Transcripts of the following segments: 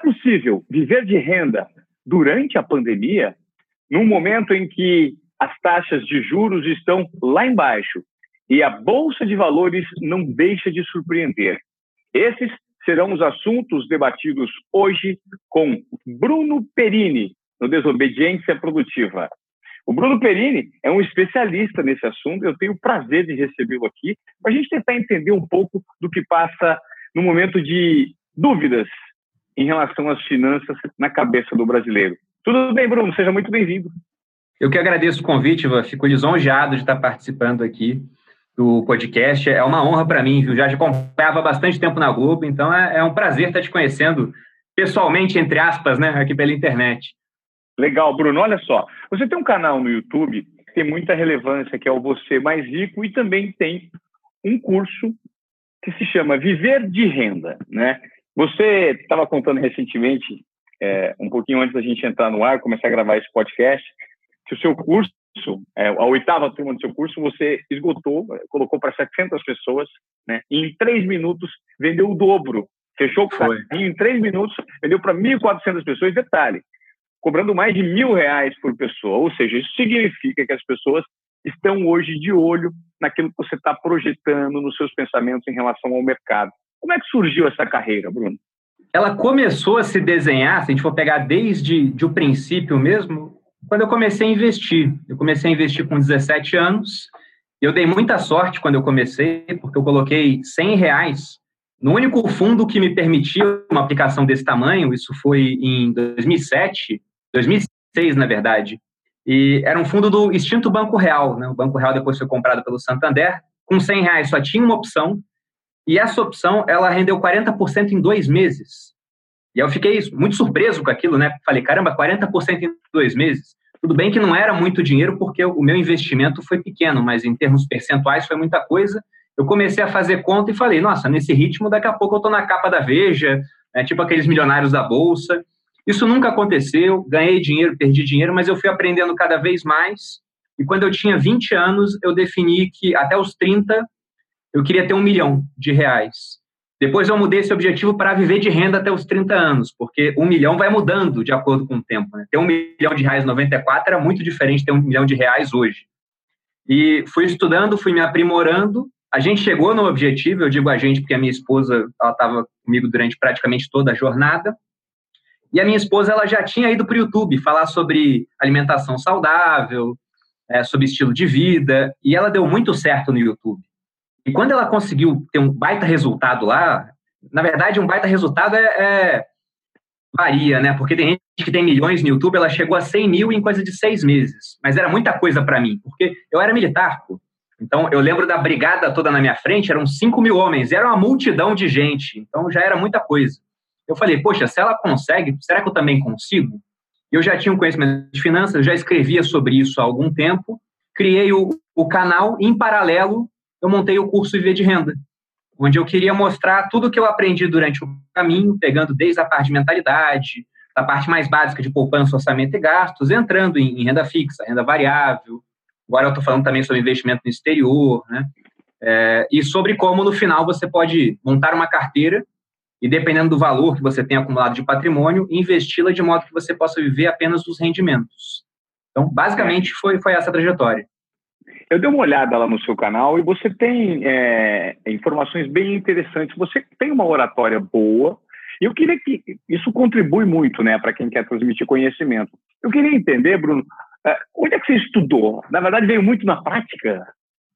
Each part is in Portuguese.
possível viver de renda durante a pandemia, num momento em que as taxas de juros estão lá embaixo e a Bolsa de Valores não deixa de surpreender? Esses serão os assuntos debatidos hoje com Bruno Perini, no Desobediência Produtiva. O Bruno Perini é um especialista nesse assunto. Eu tenho o prazer de recebê-lo aqui para a gente tentar entender um pouco do que passa no momento de dúvidas em relação às finanças na cabeça do brasileiro. Tudo bem, Bruno? Seja muito bem-vindo. Eu que agradeço o convite, Ivan. Fico lisonjeado de estar participando aqui do podcast. É uma honra para mim, viu? Já acompanhava há bastante tempo na Globo, então é um prazer estar te conhecendo pessoalmente, entre aspas, né, aqui pela internet. Legal, Bruno. Olha só, você tem um canal no YouTube que tem muita relevância, que é o Você Mais Rico, e também tem um curso que se chama Viver de Renda, né? Você estava contando recentemente, um pouquinho antes da gente entrar no ar, começar a gravar esse podcast, que o seu curso, a 8ª turma do seu curso, você esgotou, colocou para 700 pessoas, né? E em 3 minutos vendeu o dobro. Fechou o carrinho em 3 minutos, vendeu para 1.400 pessoas. Detalhe, cobrando mais de R$1.000 por pessoa. Ou seja, isso significa que as pessoas estão hoje de olho naquilo que você está projetando nos seus pensamentos em relação ao mercado. Como é que surgiu essa carreira, Bruno? Ela começou a se desenhar, se a gente for pegar desde o princípio mesmo, quando eu comecei a investir. Eu comecei a investir com 17 anos. Eu dei muita sorte quando eu comecei, porque eu coloquei R$100 no único fundo que me permitia uma aplicação desse tamanho. Isso foi em 2006, na verdade. E era um fundo do extinto Banco Real, né? O Banco Real depois foi comprado pelo Santander. Com R$100 só tinha uma opção, e essa opção ela rendeu 40% em 2 meses. E eu fiquei muito surpreso com aquilo, né? Falei, caramba, 40% em 2 meses. Tudo bem que não era muito dinheiro, porque o meu investimento foi pequeno, mas em termos percentuais foi muita coisa. Eu comecei a fazer conta e falei, nossa, nesse ritmo, daqui a pouco eu estou na capa da Veja, né? Tipo aqueles milionários da Bolsa. Isso nunca aconteceu, ganhei dinheiro, perdi dinheiro, mas eu fui aprendendo cada vez mais. E quando eu tinha 20 anos, eu defini que até os 30 eu queria ter R$1 milhão. Depois eu mudei esse objetivo para viver de renda até os 30 anos, porque R$1 milhão vai mudando de acordo com o tempo, né? Ter R$1 milhão em 94 era muito diferente de ter R$1 milhão hoje. E fui estudando, fui me aprimorando. A gente chegou no objetivo, eu digo a gente porque a minha esposa estava comigo durante praticamente toda a jornada. E a minha esposa ela já tinha ido para o YouTube falar sobre alimentação saudável, sobre estilo de vida, e ela deu muito certo no YouTube. E quando ela conseguiu ter um baita resultado lá, na verdade, um baita resultado varia, né? Porque tem gente que tem milhões no YouTube, ela chegou a 100 mil em coisa de 6 meses. Mas era muita coisa para mim, porque eu era militar, pô. Então, eu lembro da brigada toda na minha frente, eram 5 mil homens, era uma multidão de gente. Então, já era muita coisa. Eu falei, poxa, se ela consegue, será que eu também consigo? Eu já tinha um conhecimento de finanças, já escrevia sobre isso há algum tempo, criei o canal, e em paralelo, eu montei o curso Viver de Renda, onde eu queria mostrar tudo o que eu aprendi durante o caminho, pegando desde a parte de mentalidade, da parte mais básica de poupança, orçamento e gastos, entrando em renda fixa, renda variável. Agora eu estou falando também sobre investimento no exterior, né? E sobre como, no final, você pode montar uma carteira e, dependendo do valor que você tem acumulado de patrimônio, investi-la de modo que você possa viver apenas dos rendimentos. Então, basicamente, foi essa a trajetória. Eu dei uma olhada lá no seu canal e você tem informações bem interessantes. Você tem uma oratória boa e eu queria que isso contribui muito, né, para quem quer transmitir conhecimento. Eu queria entender, Bruno, onde é que você estudou? Na verdade, veio muito na prática?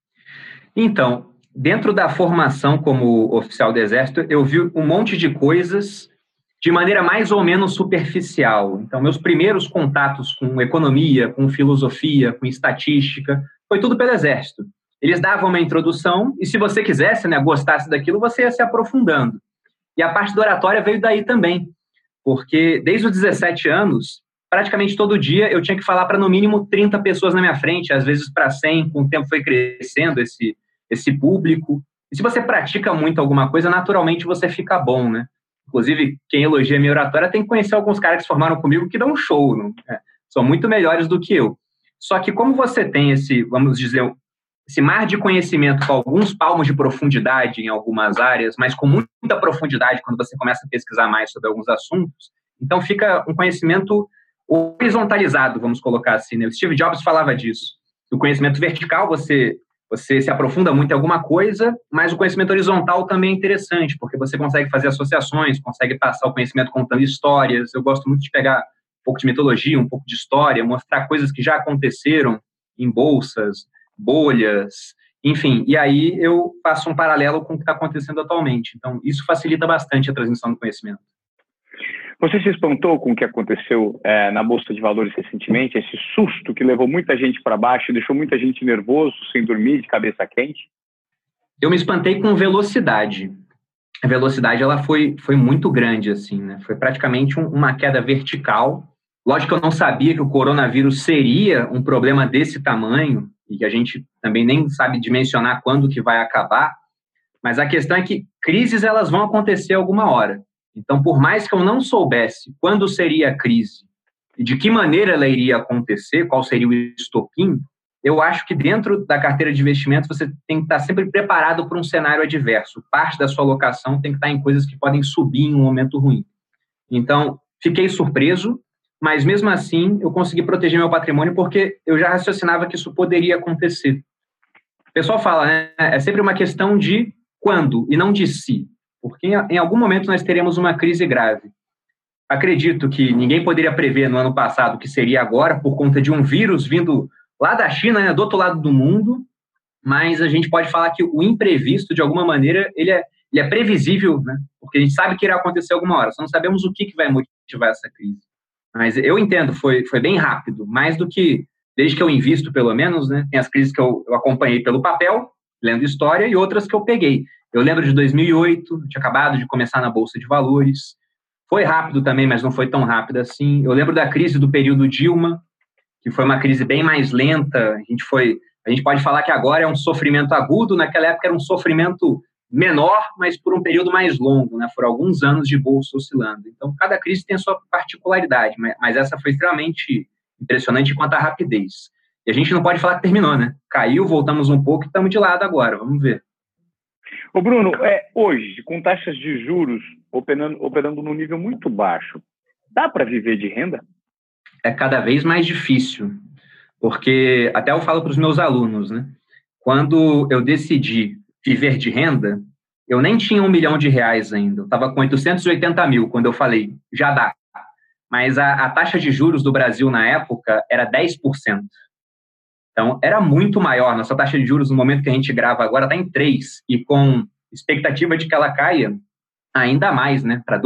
Então, dentro da formação como oficial do Exército, eu vi um monte de coisas de maneira mais ou menos superficial. Então, meus primeiros contatos com economia, com filosofia, com estatística, foi tudo pelo Exército. Eles davam uma introdução e, se você quisesse, né, gostasse daquilo, você ia se aprofundando. E a parte da oratória veio daí também, porque desde os 17 anos, praticamente todo dia eu tinha que falar para no mínimo 30 pessoas na minha frente, às vezes para 100, com o tempo foi crescendo esse público. E se você pratica muito alguma coisa, naturalmente você fica bom, né? Inclusive, quem elogia minha oratória tem que conhecer alguns caras que se formaram comigo que dão um show, né? São muito melhores do que eu. Só que como você tem vamos dizer, esse mar de conhecimento com alguns palmos de profundidade em algumas áreas, mas com muita profundidade quando você começa a pesquisar mais sobre alguns assuntos. Então, fica um conhecimento horizontalizado, vamos colocar assim, né? O Steve Jobs falava disso. O conhecimento vertical, você se aprofunda muito em alguma coisa, mas o conhecimento horizontal também é interessante, porque você consegue fazer associações, consegue passar o conhecimento contando histórias. Eu gosto muito de pegar um pouco de mitologia, um pouco de história, mostrar coisas que já aconteceram em bolsas, bolhas, enfim. E aí eu faço um paralelo com o que está acontecendo atualmente. Então, isso facilita bastante a transmissão do conhecimento. Você se espantou com o que aconteceu na Bolsa de Valores recentemente? Esse susto que levou muita gente para baixo, deixou muita gente nervoso, sem dormir, de cabeça quente? Eu me espantei com velocidade. A velocidade ela foi muito grande, assim, né? Foi praticamente uma queda vertical. Lógico que eu não sabia que o coronavírus seria um problema desse tamanho, e que a gente também nem sabe dimensionar quando que vai acabar, mas a questão é que crises elas vão acontecer alguma hora. Então, por mais que eu não soubesse quando seria a crise e de que maneira ela iria acontecer, qual seria o estopim, eu acho que dentro da carteira de investimentos você tem que estar sempre preparado para um cenário adverso. Parte da sua alocação tem que estar em coisas que podem subir em um momento ruim. Então, fiquei surpreso, mas mesmo assim eu consegui proteger meu patrimônio porque eu já raciocinava que isso poderia acontecer. O pessoal fala, né? É sempre uma questão de quando e não de se, porque em algum momento nós teremos uma crise grave. Acredito que ninguém poderia prever no ano passado o que seria agora por conta de um vírus vindo lá da China, né, do outro lado do mundo, mas a gente pode falar que o imprevisto, de alguma maneira, ele é previsível, né, porque a gente sabe que irá acontecer alguma hora, só não sabemos o que vai motivar essa crise. Mas eu entendo, foi bem rápido, mais do que, desde que eu invisto, pelo menos, né, tem as crises que eu acompanhei pelo papel, lendo história, e outras que eu peguei. Eu lembro de 2008, tinha acabado de começar na Bolsa de Valores, foi rápido também, mas não foi tão rápido assim. Eu lembro da crise do período Dilma, que foi uma crise bem mais lenta. A gente pode falar que agora é um sofrimento agudo, naquela época era um sofrimento menor, mas por um período mais longo, né? Foram alguns anos de bolsa oscilando. Então, cada crise tem a sua particularidade, mas essa foi extremamente impressionante quanto à rapidez. E a gente não pode falar que terminou, né? Caiu, voltamos um pouco e estamos de lado agora, vamos ver. Ô Bruno, hoje, com taxas de juros operando num nível muito baixo, dá para viver de renda? É cada vez mais difícil, porque até eu falo para os meus alunos, né? Quando eu decidi viver de renda, eu nem tinha R$1 milhão ainda, eu estava com 880 mil quando eu falei, já dá. Mas a taxa de juros do Brasil na época era 10%. Então, era muito maior. Nossa taxa de juros no momento que a gente grava agora está em 3%, e com expectativa de que ela caia ainda mais, né, para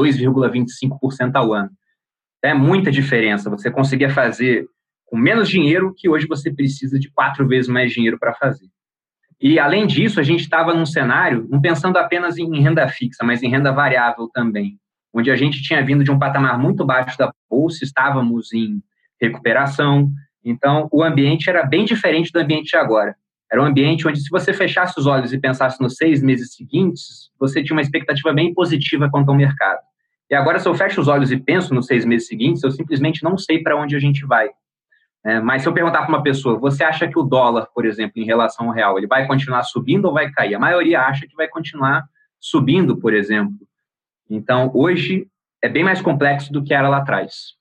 2,25% ao ano. É muita diferença. Você conseguia fazer com menos dinheiro que hoje você precisa de 4 vezes mais dinheiro para fazer. E, além disso, a gente estava num cenário, não pensando apenas em renda fixa, mas em renda variável também, onde a gente tinha vindo de um patamar muito baixo da bolsa, estávamos em recuperação. Então, o ambiente era bem diferente do ambiente de agora. Era um ambiente onde, se você fechasse os olhos e pensasse nos 6 meses seguintes, você tinha uma expectativa bem positiva quanto ao mercado. E agora, se eu fecho os olhos e penso nos 6 meses seguintes, eu simplesmente não sei para onde a gente vai. Mas se eu perguntar para uma pessoa, você acha que o dólar, por exemplo, em relação ao real, ele vai continuar subindo ou vai cair? A maioria acha que vai continuar subindo, por exemplo. Então, hoje, é bem mais complexo do que era lá atrás.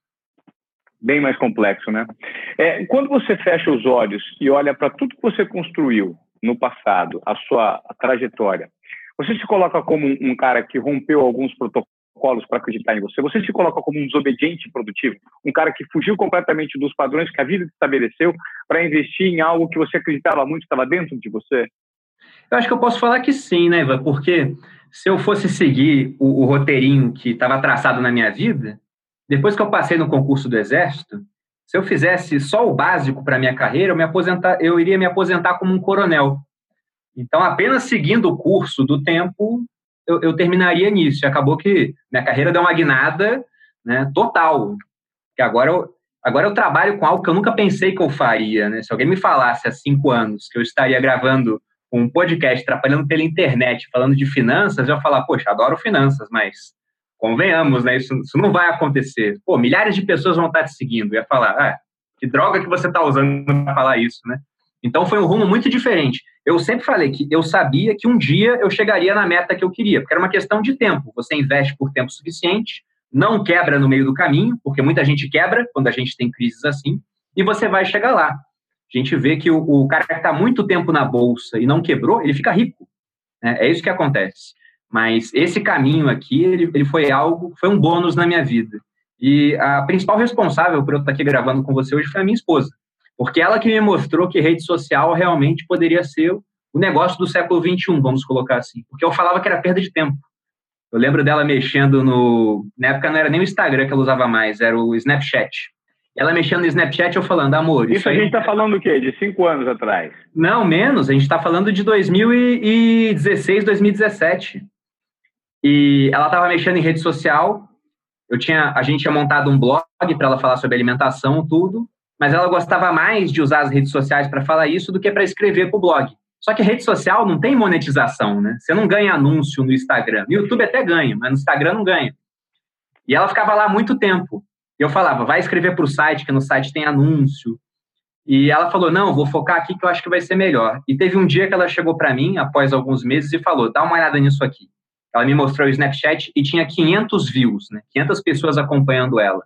Bem mais complexo, né? Quando você fecha os olhos e olha para tudo que você construiu no passado, a sua trajetória, você se coloca como um cara que rompeu alguns protocolos para acreditar em você? Você se coloca como um desobediente produtivo? Um cara que fugiu completamente dos padrões que a vida estabeleceu para investir em algo que você acreditava muito, estava dentro de você? Eu acho que eu posso falar que sim, né, Ivan? Porque se eu fosse seguir o roteirinho que estava traçado na minha vida, depois que eu passei no concurso do Exército, se eu fizesse só o básico para a minha carreira, eu iria me aposentar como um coronel. Então, apenas seguindo o curso do tempo, eu terminaria nisso. E acabou que minha carreira deu uma guinada, né, total. Porque agora eu trabalho com algo que eu nunca pensei que eu faria. Né? Se alguém me falasse há 5 anos que eu estaria gravando um podcast, trabalhando pela internet, falando de finanças, eu ia falar, poxa, adoro finanças, mas convenhamos, né? Isso não vai acontecer. Pô, milhares de pessoas vão estar te seguindo. Eu ia falar, que droga que você está usando para falar isso, né? Então, foi um rumo muito diferente. eu sempre falei que eu sabia que um dia eu chegaria na meta que eu queria, porque era uma questão de tempo. Você investe por tempo suficiente, não quebra no meio do caminho, porque muita gente quebra quando a gente tem crises assim, e você vai chegar lá. A gente vê que o cara que está muito tempo na bolsa e não quebrou, ele fica rico, né? É isso que acontece. Mas esse caminho aqui, ele foi um bônus na minha vida. E a principal responsável por eu estar aqui gravando com você hoje foi a minha esposa, porque ela que me mostrou que rede social realmente poderia ser o negócio do século XXI, vamos colocar assim. Porque eu falava que era perda de tempo. Eu lembro dela mexendo na época não era nem o Instagram que ela usava mais, era o Snapchat. Ela mexendo no Snapchat, eu falando, amor... Isso a gente está falando o quê? De 5 anos atrás? Não, menos. A gente está falando de 2016, 2017. E ela estava mexendo em rede social. A gente tinha montado um blog para ela falar sobre alimentação, tudo. Mas ela gostava mais de usar as redes sociais para falar isso do que para escrever para o blog. Só que rede social não tem monetização, né? Você não ganha anúncio no Instagram. No YouTube até ganha, mas no Instagram não ganha. E ela ficava lá há muito tempo. E eu falava, vai escrever para o site, que no site tem anúncio. E ela falou, não, vou focar aqui que eu acho que vai ser melhor. E teve um dia que ela chegou para mim, após alguns meses, e falou, dá uma olhada nisso aqui. Ela me mostrou o Snapchat e tinha 500 views, né? 500 pessoas acompanhando ela.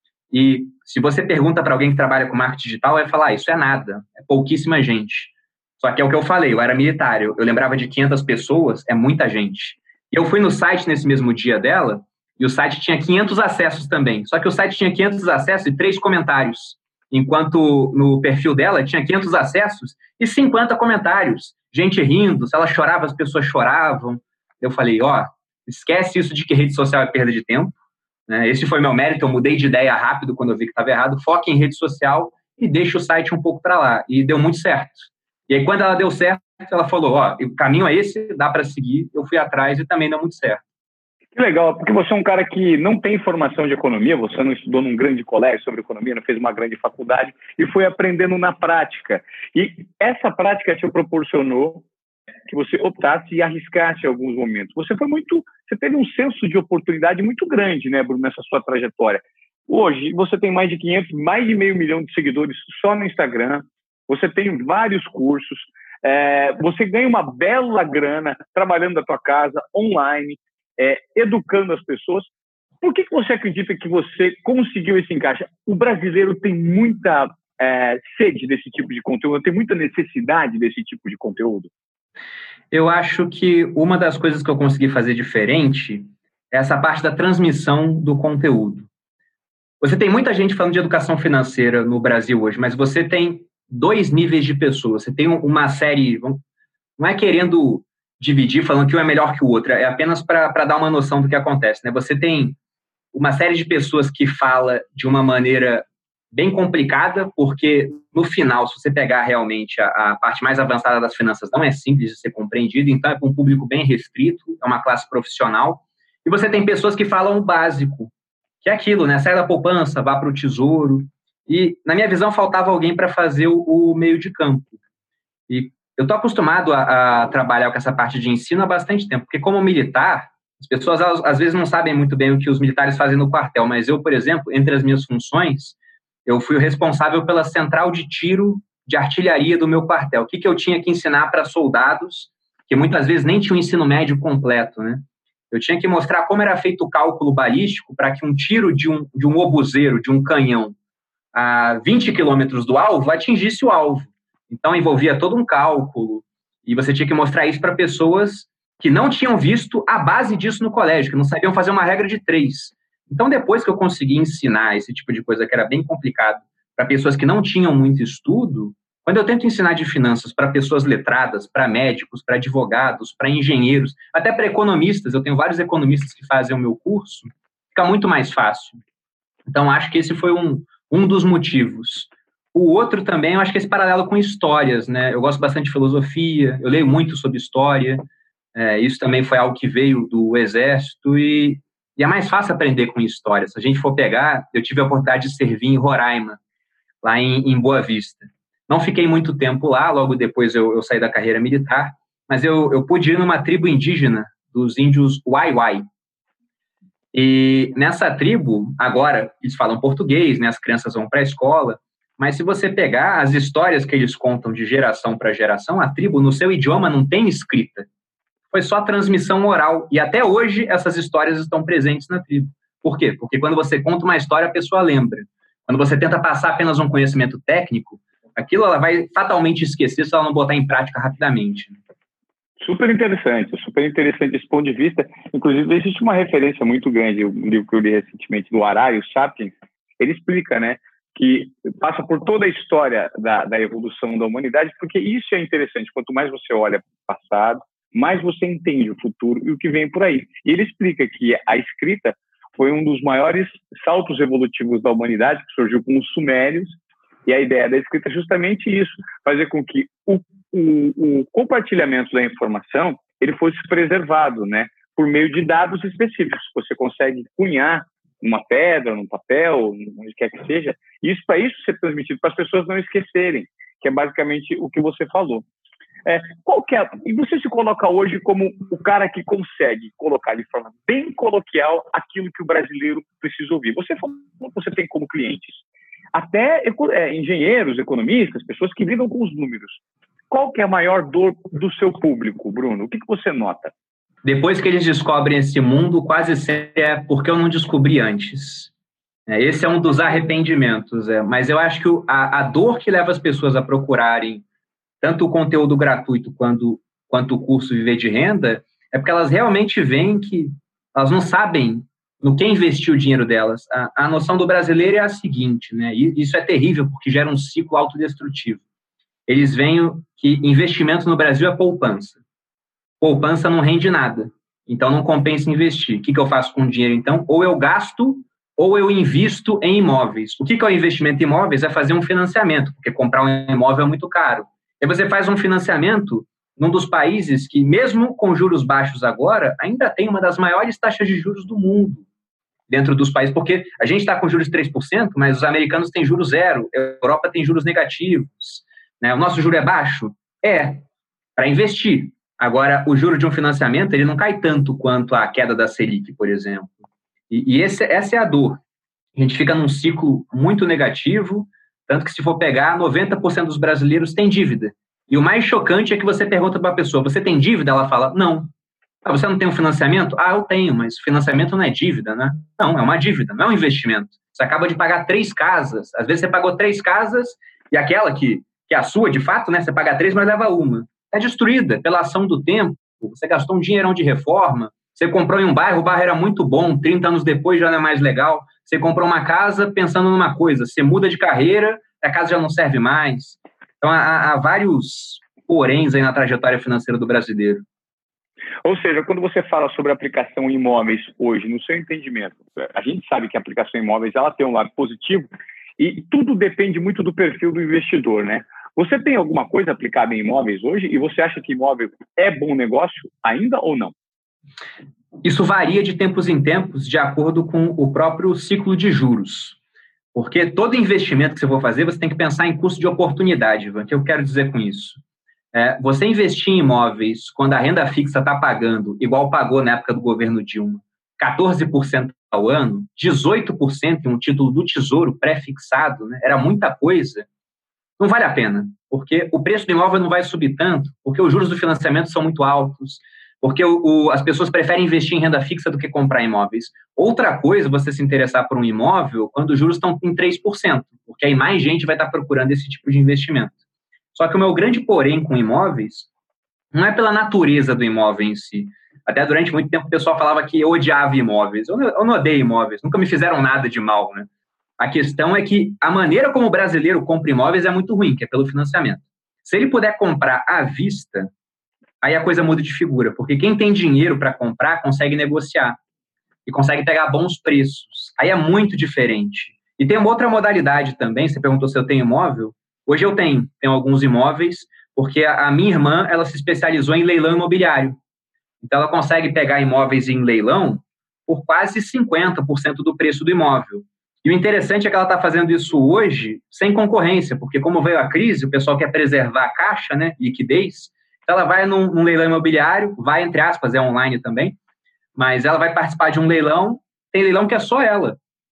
E se você pergunta para alguém que trabalha com marketing digital, vai falar, isso é nada, é pouquíssima gente. Só que é o que eu falei, eu era militar, eu lembrava de 500 pessoas, é muita gente. E eu fui no site nesse mesmo dia dela, e o site tinha 500 acessos também. Só que o site tinha 500 acessos e 3 comentários. Enquanto no perfil dela tinha 500 acessos e 50 comentários. Gente rindo, se ela chorava, as pessoas choravam. Eu falei, esquece isso de que rede social é perda de tempo. Né? Esse foi meu mérito, eu mudei de ideia rápido quando eu vi que estava errado. Foque em rede social e deixa o site um pouco para lá. E deu muito certo. E aí, quando ela deu certo, ela falou, o caminho é esse, dá para seguir. Eu fui atrás e também deu muito certo. Que legal, porque você é um cara que não tem formação de economia, você não estudou num grande colégio sobre economia, não fez uma grande faculdade e foi aprendendo na prática. E essa prática te proporcionou que você optasse e arriscasse em alguns momentos. Você teve um senso de oportunidade muito grande, né, Bruno, nessa sua trajetória. Hoje, você tem mais de 500, mais de 500 mil de seguidores só no Instagram, você tem vários cursos, você ganha uma bela grana trabalhando da tua casa, online, educando as pessoas. Por que você acredita que você conseguiu esse encaixe? O brasileiro tem muita sede desse tipo de conteúdo, tem muita necessidade desse tipo de conteúdo? Eu acho que uma das coisas que eu consegui fazer diferente é essa parte da transmissão do conteúdo. Você tem muita gente falando de educação financeira no Brasil hoje, mas você tem 2 níveis de pessoas. Você tem uma série, não é querendo dividir, falando que um é melhor que o outro, é apenas para dar uma noção do que acontece, né? Você tem uma série de pessoas que fala de uma maneira bem complicada, porque no final, se você pegar realmente a parte mais avançada das finanças, não é simples de ser compreendido, então é para um público bem restrito, é uma classe profissional, e você tem pessoas que falam o básico, que é aquilo, né? Sai da poupança, vá para o tesouro, e na minha visão faltava alguém para fazer o meio de campo. E eu estou acostumado a trabalhar com essa parte de ensino há bastante tempo, porque como militar, as pessoas às vezes não sabem muito bem o que os militares fazem no quartel, mas eu, por exemplo, entre as minhas funções, eu fui o responsável pela central de tiro de artilharia do meu quartel. O que eu tinha que ensinar para soldados que muitas vezes nem tinham ensino médio completo, né? Eu tinha que mostrar como era feito o cálculo balístico para que um tiro de um obuseiro, de um canhão, a 20 quilômetros do alvo, atingisse o alvo. Então, envolvia todo um cálculo, e você tinha que mostrar isso para pessoas que não tinham visto a base disso no colégio, que não sabiam fazer uma regra de 3. Então, depois que eu consegui ensinar esse tipo de coisa que era bem complicado para pessoas que não tinham muito estudo, quando eu tento ensinar de finanças para pessoas letradas, para médicos, para advogados, para engenheiros, até para economistas, eu tenho vários economistas que fazem o meu curso, fica muito mais fácil. Então, acho que esse foi um dos motivos. O outro também, eu acho que é esse paralelo com histórias, né? Eu gosto bastante de filosofia, eu leio muito sobre história, isso também foi algo que veio do Exército e é mais fácil aprender com história. Se a gente for pegar, eu tive a oportunidade de servir em Roraima, lá em Boa Vista. Não fiquei muito tempo lá, logo depois eu saí da carreira militar, mas eu pude ir numa tribo indígena dos índios Wai-Wai. E nessa tribo, agora, eles falam português, né? As crianças vão para a escola, Mas se você pegar as histórias que eles contam de geração para geração, a tribo, no seu idioma, não tem escrita. Foi só transmissão oral. E até hoje, essas histórias estão presentes na tribo. Por quê? Porque quando você conta uma história, a pessoa lembra. Quando você tenta passar apenas um conhecimento técnico, aquilo ela vai fatalmente esquecer se ela não botar em prática rapidamente. Super interessante esse ponto de vista. Inclusive, existe uma referência muito grande, um livro que eu li recentemente, do Harari, o Sapiens. Ele explica, né, que passa por toda a história da evolução da humanidade, porque isso é interessante. Quanto mais você olha para o passado, mais você entende o futuro e o que vem por aí. E ele explica que a escrita foi um dos maiores saltos evolutivos da humanidade, que surgiu com os sumérios, e a ideia da escrita é justamente isso, fazer com que o compartilhamento da informação ele fosse preservado, né, por meio de dados específicos. Você consegue cunhar uma pedra, num papel, onde quer que seja, e isso para isso ser transmitido, para as pessoas não esquecerem, que é basicamente o que você falou. E você se coloca hoje como o cara que consegue colocar de forma bem coloquial aquilo que o brasileiro precisa ouvir. Você falou que você tem como clientes até engenheiros, economistas, pessoas que lidam com os números. Qual que é a maior dor do seu público, Bruno? O que você nota? Depois que eles descobrem esse mundo, quase sempre é porque eu não descobri antes. Esse é um dos arrependimentos. Mas eu acho que a dor que leva as pessoas a procurarem tanto o conteúdo gratuito quanto o curso Viver de Renda é porque elas realmente veem que elas não sabem no que investir o dinheiro delas. A noção do brasileiro é a seguinte, né? E isso é terrível porque gera um ciclo autodestrutivo. Eles veem que investimento no Brasil é poupança. Poupança não rende nada, então não compensa investir. O que eu faço com o dinheiro, então? Ou eu gasto, ou eu invisto em imóveis. O que é o investimento em imóveis? É fazer um financiamento, porque comprar um imóvel é muito caro. E você faz um financiamento num dos países que, mesmo com juros baixos agora, ainda tem uma das maiores taxas de juros do mundo dentro dos países, porque a gente está com juros de 3%, mas os americanos têm juros zero, a Europa tem juros negativos. Né? O nosso juro é baixo? Para investir. Agora, o juro de um financiamento, ele não cai tanto quanto a queda da Selic, por exemplo. E essa é a dor. A gente fica num ciclo muito negativo, tanto que se for pegar, 90% dos brasileiros têm dívida. E o mais chocante é que você pergunta para a pessoa, você tem dívida? Ela fala, não. Você não tem um financiamento? Eu tenho, mas financiamento não é dívida, né? Não, é uma dívida, não é um investimento. Você acaba de pagar 3 casas. Às vezes você pagou 3 casas e aquela que é a sua, de fato, né? Você paga 3, mas leva uma. É destruída pela ação do tempo. Você gastou um dinheirão de reforma. Você comprou em um bairro, o bairro era muito bom, 30 anos depois já não é mais legal. Você comprou uma casa pensando numa coisa, você muda de carreira, a casa já não serve mais. Então, há vários poréns aí na trajetória financeira do brasileiro. Ou seja, quando você fala sobre aplicação em imóveis hoje, no seu entendimento, a gente sabe que a aplicação em imóveis ela tem um lado positivo e tudo depende muito do perfil do investidor, né? Você tem alguma coisa aplicada em imóveis hoje e você acha que imóvel é bom negócio ainda ou não? Isso varia de tempos em tempos de acordo com o próprio ciclo de juros. Porque todo investimento que você for fazer, você tem que pensar em custo de oportunidade, Ivan. O que eu quero dizer com isso? Você investir em imóveis quando a renda fixa está pagando, igual pagou na época do governo Dilma, 14% ao ano, 18% em um título do Tesouro pré-fixado, né? Era muita coisa. Não vale a pena, porque o preço do imóvel não vai subir tanto, porque os juros do financiamento são muito altos, porque as pessoas preferem investir em renda fixa do que comprar imóveis. Outra coisa, você se interessar por um imóvel quando os juros estão em 3%, porque aí mais gente vai estar procurando esse tipo de investimento. Só que o meu grande porém com imóveis não é pela natureza do imóvel em si. Até durante muito tempo o pessoal falava que eu odiava imóveis. Eu não odeio imóveis, nunca me fizeram nada de mal, né? A questão é que a maneira como o brasileiro compra imóveis é muito ruim, que é pelo financiamento. Se ele puder comprar à vista, aí a coisa muda de figura, porque quem tem dinheiro para comprar consegue negociar e consegue pegar bons preços. Aí é muito diferente. E tem uma outra modalidade também, você perguntou se eu tenho imóvel. Hoje eu tenho alguns imóveis, porque a minha irmã ela se especializou em leilão imobiliário. Então ela consegue pegar imóveis em leilão por quase 50% do preço do imóvel. E o interessante é que ela está fazendo isso hoje sem concorrência, porque como veio a crise, o pessoal quer preservar a caixa, né, liquidez, então ela vai num leilão imobiliário, vai, entre aspas, é online também, mas ela vai participar de um leilão, tem leilão que é só ela.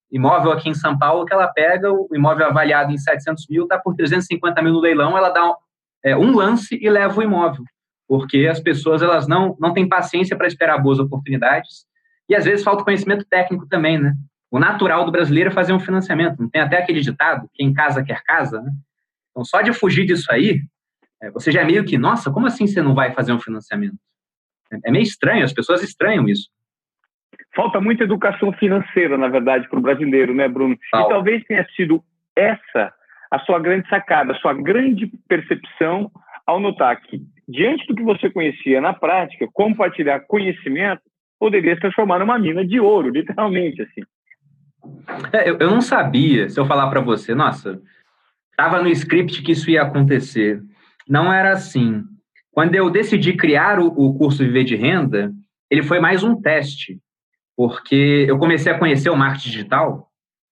imóvel aqui em São Paulo que ela pega, o imóvel avaliado em 700 mil, está por 350 mil no leilão, ela dá um lance e leva o imóvel, porque as pessoas elas não têm paciência para esperar boas oportunidades e às vezes falta conhecimento técnico também, né? O natural do brasileiro é fazer um financiamento, não tem até aquele ditado, quem casa quer casa, né? Então, só de fugir disso aí, você já é meio que, nossa, como assim você não vai fazer um financiamento? É meio estranho, as pessoas estranham isso. Falta muita educação financeira, na verdade, para o brasileiro, né, Bruno? E talvez tenha sido essa a sua grande sacada, a sua grande percepção ao notar que, diante do que você conhecia na prática, compartilhar conhecimento poderia se transformar numa mina de ouro, literalmente, assim. Eu não sabia, se eu falar para você, nossa, estava no script que isso ia acontecer. Não era assim. Quando eu decidi criar o curso Viver de Renda, ele foi mais um teste, porque eu comecei a conhecer o marketing digital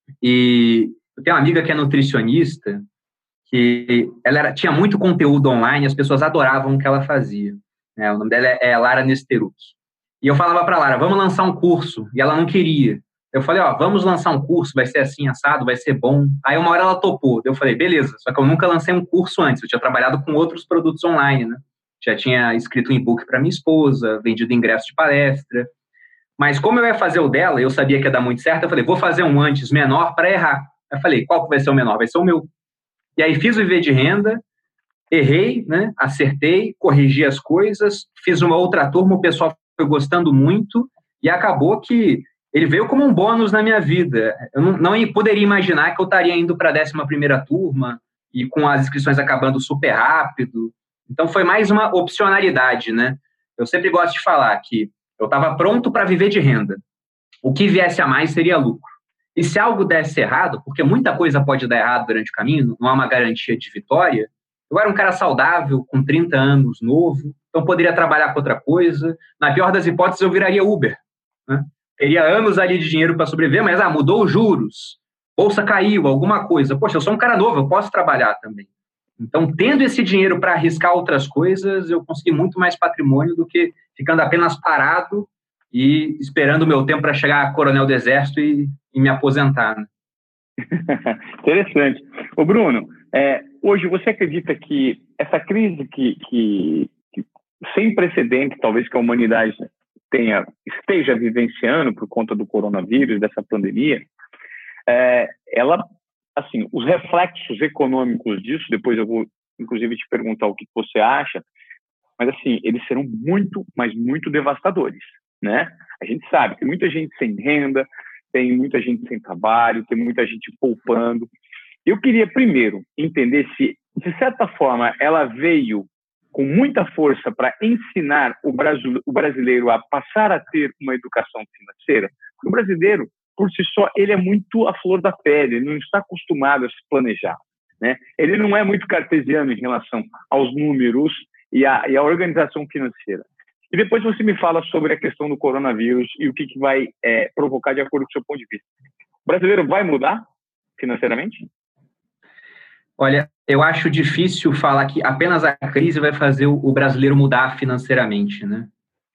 e eu tenho uma amiga que é nutricionista, que ela tinha muito conteúdo online, as pessoas adoravam o que ela fazia. Né? O nome dela é Lara Nesteruk. E eu falava para Lara, vamos lançar um curso, e ela não queria. Eu falei, vamos lançar um curso, vai ser assim, assado, vai ser bom. Aí uma hora ela topou. Eu falei, beleza, só que eu nunca lancei um curso antes, eu tinha trabalhado com outros produtos online, né? Já tinha escrito um e-book para minha esposa, vendido ingresso de palestra. Mas como eu ia fazer o dela, eu sabia que ia dar muito certo, eu falei, vou fazer um antes menor para errar. Eu falei, qual que vai ser o menor? Vai ser o meu. E aí fiz o Viver de Renda, errei, né? Acertei, corrigi as coisas, fiz uma outra turma, o pessoal foi gostando muito e acabou que ele veio como um bônus na minha vida. Eu não poderia imaginar que eu estaria indo para a 11ª turma e com as inscrições acabando super rápido. Então foi mais uma opcionalidade, né? Eu sempre gosto de falar que eu estava pronto para viver de renda. O que viesse a mais seria lucro. E se algo desse errado, porque muita coisa pode dar errado durante o caminho, não há uma garantia de vitória. Eu era um cara saudável, com 30 anos, novo, então poderia trabalhar com outra coisa. Na pior das hipóteses, eu viraria Uber. Né? Teria anos ali de dinheiro para sobreviver, mas mudou os juros, bolsa caiu, alguma coisa. Poxa, eu sou um cara novo, eu posso trabalhar também. Então, tendo esse dinheiro para arriscar outras coisas, eu consegui muito mais patrimônio do que ficando apenas parado e esperando o meu tempo para chegar a coronel do exército e me aposentar. Né? Interessante. Ô Bruno, hoje você acredita que essa crise que sem precedentes, talvez que a humanidade esteja vivenciando por conta do coronavírus, dessa pandemia, ela, assim, os reflexos econômicos disso, depois eu vou, inclusive, te perguntar o que você acha, mas, assim, eles serão muito, mas muito devastadores, né? A gente sabe, tem muita gente sem renda, tem muita gente sem trabalho, tem muita gente poupando. Eu queria, primeiro, entender se, de certa forma, ela veio com muita força para ensinar o brasileiro a passar a ter uma educação financeira. Porque o brasileiro, por si só, ele é muito à flor da pele, ele não está acostumado a se planejar, né? Ele não é muito cartesiano em relação aos números e à organização financeira. E depois você me fala sobre a questão do coronavírus e o que vai provocar de acordo com o seu ponto de vista. O brasileiro vai mudar financeiramente? Olha, eu acho difícil falar que apenas a crise vai fazer o brasileiro mudar financeiramente, né?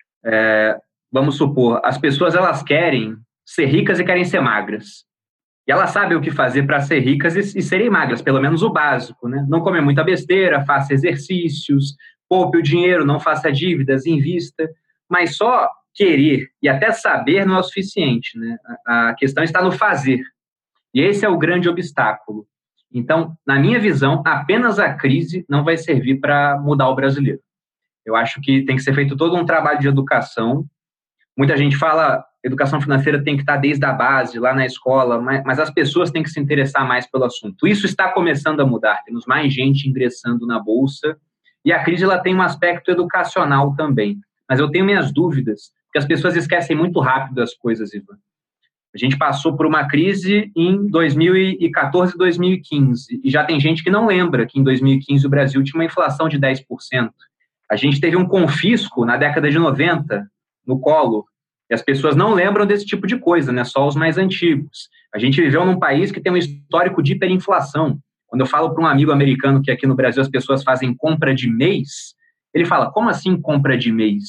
Vamos supor, as pessoas elas querem ser ricas e querem ser magras. E elas sabem o que fazer para ser ricas e serem magras, pelo menos o básico, né? Não comer muita besteira, faça exercícios, poupe o dinheiro, não faça dívidas, invista. Mas só querer e até saber não é o suficiente, né? A questão está no fazer. E esse é o grande obstáculo. Então, na minha visão, apenas a crise não vai servir para mudar o brasileiro. Eu acho que tem que ser feito todo um trabalho de educação. Muita gente fala educação financeira tem que estar desde a base, lá na escola, mas as pessoas têm que se interessar mais pelo assunto. Isso está começando a mudar, temos mais gente ingressando na Bolsa, e a crise ela tem um aspecto educacional também. Mas eu tenho minhas dúvidas, porque as pessoas esquecem muito rápido as coisas, Ivan. A gente passou por uma crise em 2014 e 2015, e já tem gente que não lembra que em 2015 o Brasil tinha uma inflação de 10%. A gente teve um confisco na década de 90, no Collor, e as pessoas não lembram desse tipo de coisa, né? Só os mais antigos. A gente viveu num país que tem um histórico de hiperinflação. Quando eu falo para um amigo americano que aqui no Brasil as pessoas fazem compra de mês, ele fala, como assim compra de mês?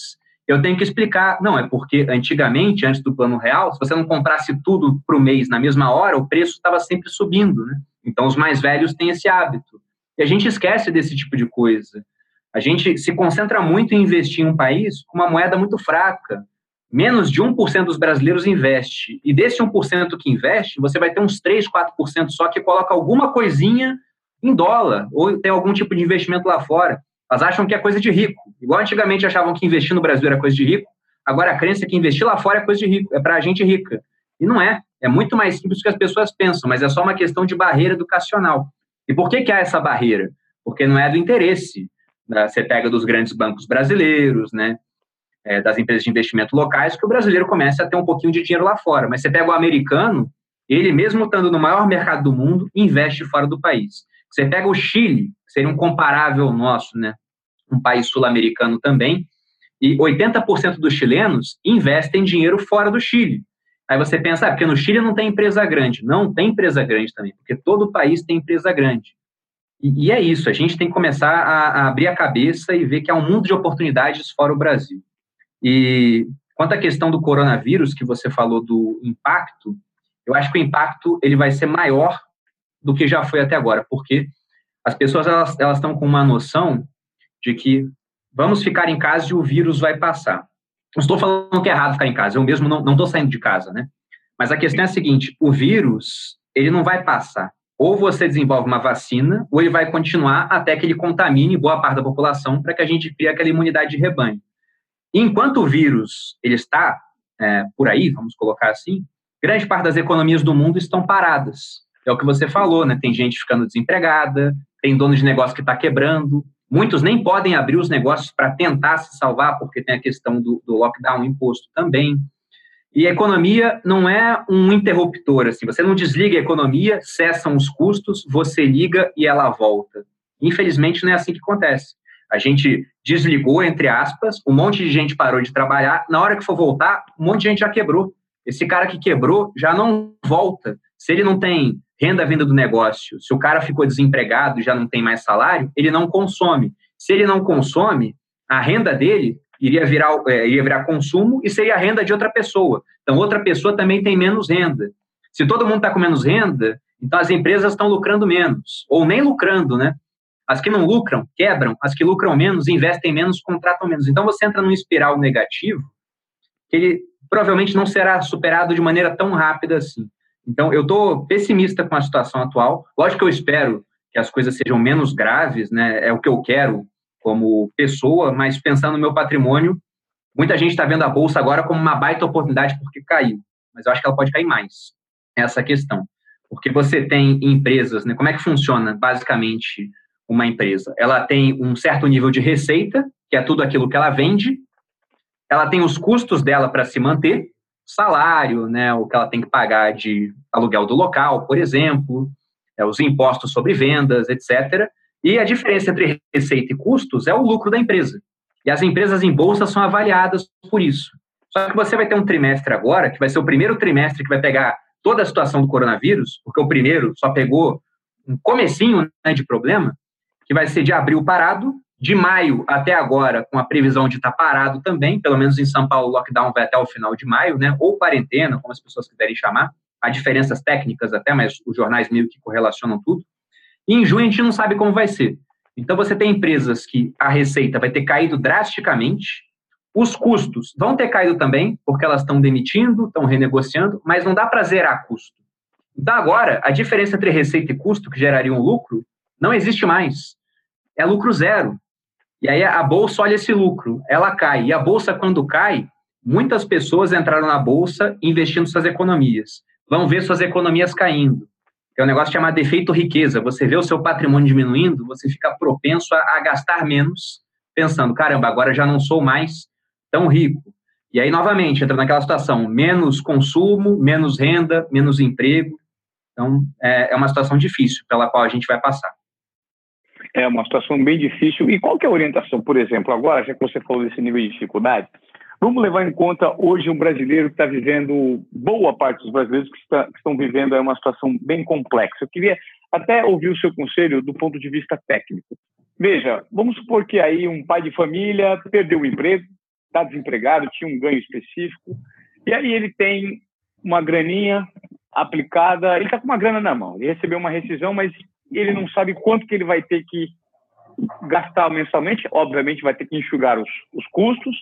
eu tenho que explicar, não, é porque antigamente, antes do Plano Real, se você não comprasse tudo para o mês na mesma hora, o preço estava sempre subindo, né? Então, os mais velhos têm esse hábito. E a gente esquece desse tipo de coisa. A gente se concentra muito em investir em um país com uma moeda muito fraca. Menos de 1% dos brasileiros investe. E desse 1% que investe, você vai ter uns 3, 4% só que coloca alguma coisinha em dólar, ou tem algum tipo de investimento lá fora. Elas acham que é coisa de rico. Igual antigamente achavam que investir no Brasil era coisa de rico, agora a crença é que investir lá fora é coisa de rico, é para a gente rica. E não é. É muito mais simples do que as pessoas pensam, mas é só uma questão de barreira educacional. E por que há essa barreira? Porque não é do interesse. Você pega dos grandes bancos brasileiros, né? Das empresas de investimento locais, que o brasileiro começa a ter um pouquinho de dinheiro lá fora. Mas você pega o americano, ele mesmo estando no maior mercado do mundo, investe fora do país. Você pega o Chile, que seria um comparável nosso, né? Um país sul-americano também, e 80% dos chilenos investem dinheiro fora do Chile. Aí você pensa, porque no Chile não tem empresa grande. Não, tem empresa grande também, porque todo país tem empresa grande. E é isso, a gente tem que começar a abrir a cabeça e ver que há um mundo de oportunidades fora o Brasil. E quanto à questão do coronavírus, que você falou do impacto, eu acho que o impacto ele vai ser maior do que já foi até agora, porque as pessoas elas estão com uma noção de que vamos ficar em casa e o vírus vai passar. Não estou falando que é errado ficar em casa, eu mesmo não estou saindo de casa, né? Mas a questão é a seguinte, o vírus, ele não vai passar. Ou você desenvolve uma vacina, ou ele vai continuar até que ele contamine boa parte da população para que a gente crie aquela imunidade de rebanho. E enquanto o vírus ele está por aí, vamos colocar assim, grande parte das economias do mundo estão paradas. É o que você falou, né? Tem gente ficando desempregada, tem dono de negócio que está quebrando, muitos nem podem abrir os negócios para tentar se salvar, porque tem a questão do lockdown imposto também. E a economia não é um interruptor, assim, você não desliga a economia, cessam os custos, você liga e ela volta. Infelizmente, não é assim que acontece. A gente desligou, entre aspas, um monte de gente parou de trabalhar, na hora que for voltar, um monte de gente já quebrou. Esse cara que quebrou já não volta. Se ele não tem renda vinda do negócio, se o cara ficou desempregado e já não tem mais salário, ele não consome. Se ele não consome, a renda dele iria virar consumo e seria a renda de outra pessoa. Então, outra pessoa também tem menos renda. Se todo mundo está com menos renda, então as empresas estão lucrando menos, ou nem lucrando, né? As que não lucram, quebram. As que lucram menos, investem menos, contratam menos. Então, você entra num espiral negativo que ele provavelmente não será superado de maneira tão rápida assim. Então, eu estou pessimista com a situação atual. Lógico que eu espero que as coisas sejam menos graves, né? É o que eu quero como pessoa, mas pensando no meu patrimônio, muita gente está vendo a Bolsa agora como uma baita oportunidade porque caiu. Mas eu acho que ela pode cair mais. Essa é a questão. Porque você tem empresas, né? Como é que funciona, basicamente, uma empresa? Ela tem um certo nível de receita, que é tudo aquilo que ela vende, ela tem os custos dela para se manter, salário, né, o que ela tem que pagar de aluguel do local, por exemplo, os impostos sobre vendas, etc. E a diferença entre receita e custos é o lucro da empresa. E as empresas em bolsa são avaliadas por isso. Só que você vai ter um trimestre agora, que vai ser o primeiro trimestre que vai pegar toda a situação do coronavírus, porque o primeiro só pegou um comecinho, né, de problema, que vai ser de abril parado, de maio até agora, com a previsão de estar parado também, pelo menos em São Paulo, o lockdown vai até o final de maio, né? Ou quarentena, como as pessoas quiserem chamar. Há diferenças técnicas até, mas os jornais meio que correlacionam tudo. E em junho a gente não sabe como vai ser. Então você tem empresas que a receita vai ter caído drasticamente, os custos vão ter caído também, porque elas estão demitindo, estão renegociando, mas não dá para zerar custo. Então agora, a diferença entre receita e custo, que geraria um lucro, não existe mais. É lucro zero. E aí a Bolsa olha esse lucro, ela cai. E a Bolsa, quando cai, muitas pessoas entraram na Bolsa investindo suas economias. Vão ver suas economias caindo. É um negócio chamado efeito riqueza. Você vê o seu patrimônio diminuindo, você fica propenso a gastar menos, pensando, caramba, agora já não sou mais tão rico. E aí, novamente, entra naquela situação, menos consumo, menos renda, menos emprego. Então, é uma situação difícil pela qual a gente vai passar. É uma situação bem difícil. E qual que é a orientação, por exemplo, agora, já que você falou desse nível de dificuldade, vamos levar em conta hoje um brasileiro que está vivendo, boa parte dos brasileiros que estão vivendo uma situação bem complexa. Eu queria até ouvir o seu conselho do ponto de vista técnico. Veja, vamos supor que aí um pai de família perdeu o emprego, está desempregado, tinha um ganho específico, e aí ele tem uma graninha aplicada, ele está com uma grana na mão, ele recebeu uma rescisão, mas ele não sabe quanto que ele vai ter que gastar mensalmente, obviamente vai ter que enxugar os custos.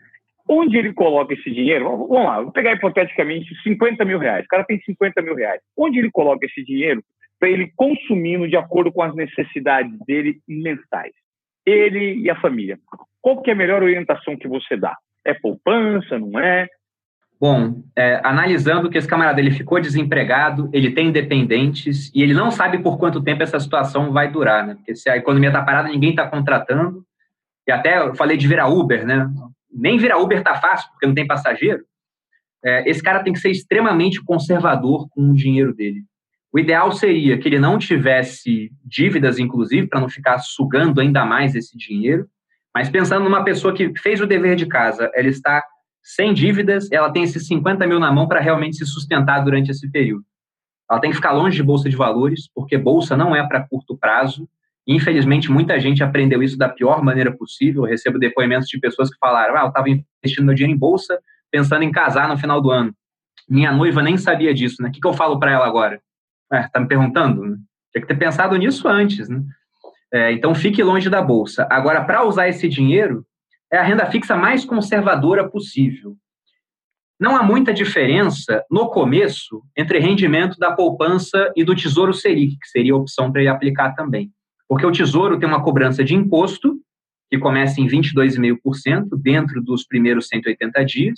Onde ele coloca esse dinheiro? Vamos lá, vou pegar hipoteticamente 50 mil reais. O cara tem 50 mil reais. Onde ele coloca esse dinheiro para ele consumindo de acordo com as necessidades dele mensais? Ele e a família. Qual que é a melhor orientação que você dá? É poupança, não é? Bom, analisando que esse camarada ele ficou desempregado, ele tem dependentes e ele não sabe por quanto tempo essa situação vai durar, né? Porque se a economia está parada, ninguém está contratando. E até eu falei de virar Uber, né? Nem virar Uber está fácil, porque não tem passageiro. Esse cara tem que ser extremamente conservador com o dinheiro dele. O ideal seria que ele não tivesse dívidas, inclusive, para não ficar sugando ainda mais esse dinheiro. Mas pensando numa pessoa que fez o dever de casa, ela está sem dívidas, ela tem esses 50 mil na mão para realmente se sustentar durante esse período. Ela tem que ficar longe de bolsa de valores, porque bolsa não é para curto prazo. Infelizmente, muita gente aprendeu isso da pior maneira possível. Eu recebo depoimentos de pessoas que falaram: eu estava investindo meu dinheiro em bolsa, pensando em casar no final do ano. Minha noiva nem sabia disso, né? O que eu falo para ela agora? Tá me perguntando? Né? Tinha que ter pensado nisso antes, né? Então, fique longe da bolsa. Agora, para usar esse dinheiro, é a renda fixa mais conservadora possível. Não há muita diferença, no começo, entre rendimento da poupança e do Tesouro Selic, que seria a opção para ele aplicar também. Porque o Tesouro tem uma cobrança de imposto, que começa em 22,5% dentro dos primeiros 180 dias,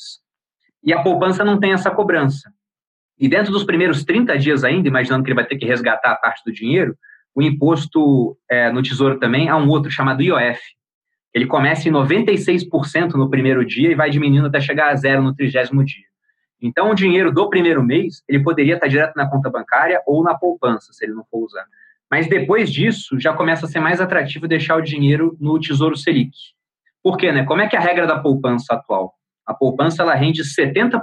e a poupança não tem essa cobrança. E dentro dos primeiros 30 dias ainda, imaginando que ele vai ter que resgatar a parte do dinheiro, o imposto no Tesouro também há um outro chamado IOF. Ele começa em 96% no primeiro dia e vai diminuindo até chegar a 0 no 30º dia. Então, o dinheiro do primeiro mês, ele poderia estar direto na conta bancária ou na poupança, se ele não for usar. Mas depois disso, já começa a ser mais atrativo deixar o dinheiro no Tesouro Selic. Por quê, né? Como é que é a regra da poupança atual? A poupança, ela rende 70%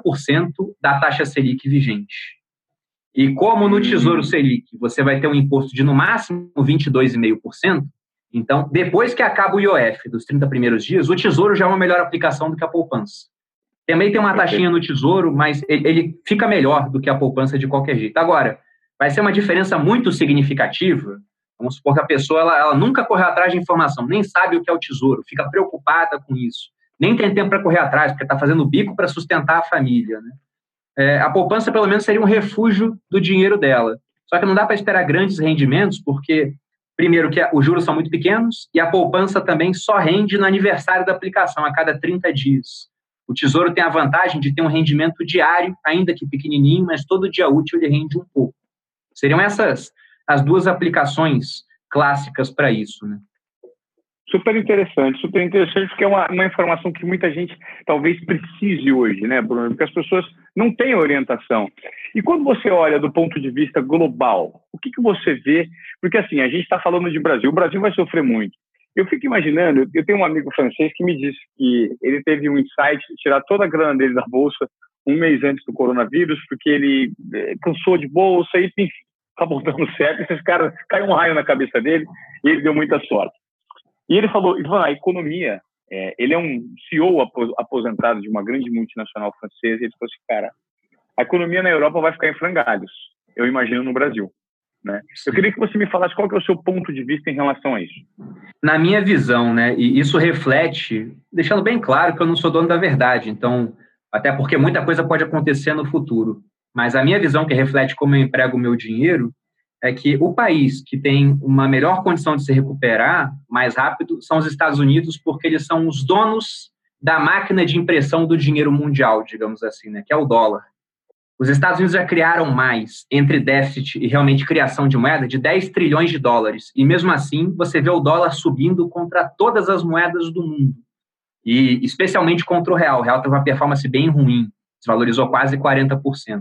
da taxa Selic vigente. E como no Tesouro Selic você vai ter um imposto de, no máximo, 22,5%, então, depois que acaba o IOF dos 30 primeiros dias, o Tesouro já é uma melhor aplicação do que a poupança. Também tem uma taxinha no Tesouro, mas ele fica melhor do que a poupança de qualquer jeito. Agora, vai ser uma diferença muito significativa. Vamos supor que a pessoa ela nunca correu atrás de informação, nem sabe o que é o Tesouro, fica preocupada com isso. Nem tem tempo para correr atrás, porque está fazendo bico para sustentar a família, né? A poupança, pelo menos, seria um refúgio do dinheiro dela. Só que não dá para esperar grandes rendimentos, porque, primeiro, que os juros são muito pequenos e a poupança também só rende no aniversário da aplicação, a cada 30 dias. O Tesouro tem a vantagem de ter um rendimento diário, ainda que pequenininho, mas todo dia útil ele rende um pouco. Seriam essas as duas aplicações clássicas para isso, né? Super interessante, porque é uma informação que muita gente talvez precise hoje, né, Bruno? Porque as pessoas não têm orientação. E quando você olha do ponto de vista global, o que você vê? Porque assim, a gente está falando de Brasil, o Brasil vai sofrer muito. Eu fico imaginando, eu tenho um amigo francês que me disse que ele teve um insight de tirar toda a grana dele da bolsa um mês antes do coronavírus, porque ele cansou de bolsa e, enfim, acabou dando certo. Esses caras, caiu um raio na cabeça dele e ele deu muita sorte. E ele falou: Ivan, a economia, ele é um CEO aposentado de uma grande multinacional francesa, e ele falou assim: cara, a economia na Europa vai ficar em frangalhos, eu imagino no Brasil, né? Eu queria que você me falasse qual que é o seu ponto de vista em relação a isso. Na minha visão, né, e isso reflete, deixando bem claro que eu não sou dono da verdade, então, até porque muita coisa pode acontecer no futuro, mas a minha visão, que reflete como eu emprego o meu dinheiro, é que o país que tem uma melhor condição de se recuperar mais rápido são os Estados Unidos, porque eles são os donos da máquina de impressão do dinheiro mundial, digamos assim, né, que é o dólar. Os Estados Unidos já criaram mais, entre déficit e realmente criação de moeda, de 10 trilhões de dólares. E mesmo assim, você vê o dólar subindo contra todas as moedas do mundo. E especialmente contra o real. O real teve uma performance bem ruim, desvalorizou quase 40%.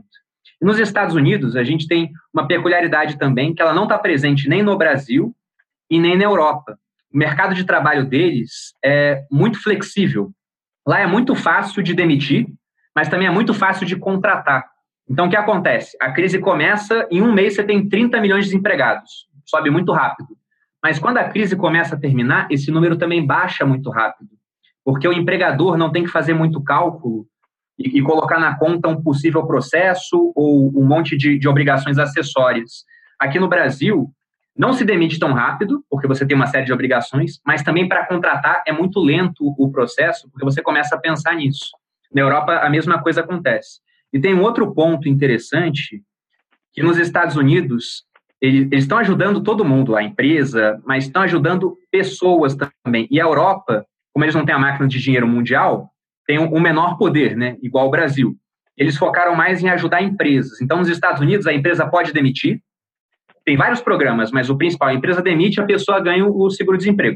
E nos Estados Unidos, a gente tem uma peculiaridade também, que ela não está presente nem no Brasil e nem na Europa. O mercado de trabalho deles é muito flexível. Lá é muito fácil de demitir, mas também é muito fácil de contratar. Então, o que acontece? A crise começa, em um mês você tem 30 milhões de desempregados. Sobe muito rápido. Mas quando a crise começa a terminar, esse número também baixa muito rápido. porque o empregador não tem que fazer muito cálculo e colocar na conta um possível processo ou um monte de obrigações acessórias. Aqui no Brasil, não se demite tão rápido, porque você tem uma série de obrigações, mas também para contratar é muito lento o processo, porque você começa a pensar nisso. Na Europa, a mesma coisa acontece. E tem um outro ponto interessante, que nos Estados Unidos, eles estão ajudando todo mundo, a empresa, mas estão ajudando pessoas também. E a Europa, como eles não têm a máquina de dinheiro mundial, tem um menor poder, né, igual ao Brasil. Eles focaram mais em ajudar empresas. Então, nos Estados Unidos, a empresa pode demitir, tem vários programas, mas o principal, a empresa demite, a pessoa ganha o seguro-desemprego.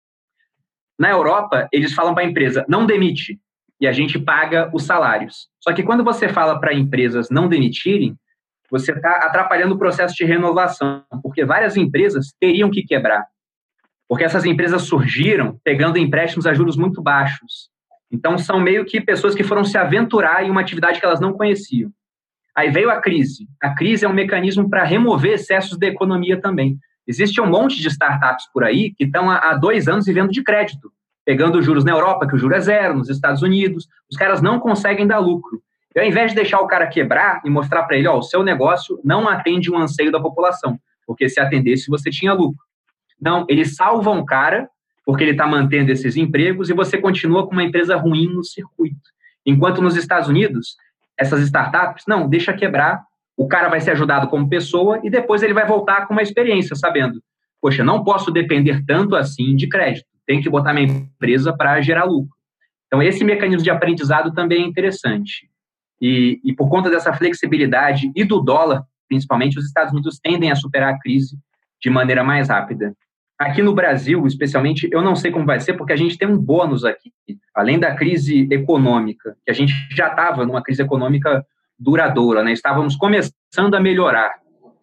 Na Europa, eles falam para a empresa, não demite, e a gente paga os salários. Só que quando você fala para empresas não demitirem, você está atrapalhando o processo de renovação, porque várias empresas teriam que quebrar, porque essas empresas surgiram pegando empréstimos a juros muito baixos. Então, são meio que pessoas que foram se aventurar em uma atividade que elas não conheciam. Aí veio a crise. A crise é um mecanismo para remover excessos da economia também. Existe um monte de startups por aí que estão há 2 anos vivendo de crédito, pegando juros na Europa, que o juro é zero, nos Estados Unidos. Os caras não conseguem dar lucro. E ao invés de deixar o cara quebrar e mostrar para ele, o seu negócio não atende um anseio da população, porque se atendesse você tinha lucro. Não, eles salvam o cara, porque ele está mantendo esses empregos, e você continua com uma empresa ruim no circuito. Enquanto nos Estados Unidos, essas startups, não, deixa quebrar, o cara vai ser ajudado como pessoa e depois ele vai voltar com uma experiência, sabendo, poxa, não posso depender tanto assim de crédito, tenho que botar minha empresa para gerar lucro. Então, esse mecanismo de aprendizado também é interessante. E por conta dessa flexibilidade e do dólar, principalmente, os Estados Unidos tendem a superar a crise de maneira mais rápida. Aqui no Brasil, especialmente, eu não sei como vai ser, porque a gente tem um bônus aqui. Além da crise econômica, que a gente já estava numa crise econômica duradoura, né? Estávamos começando a melhorar.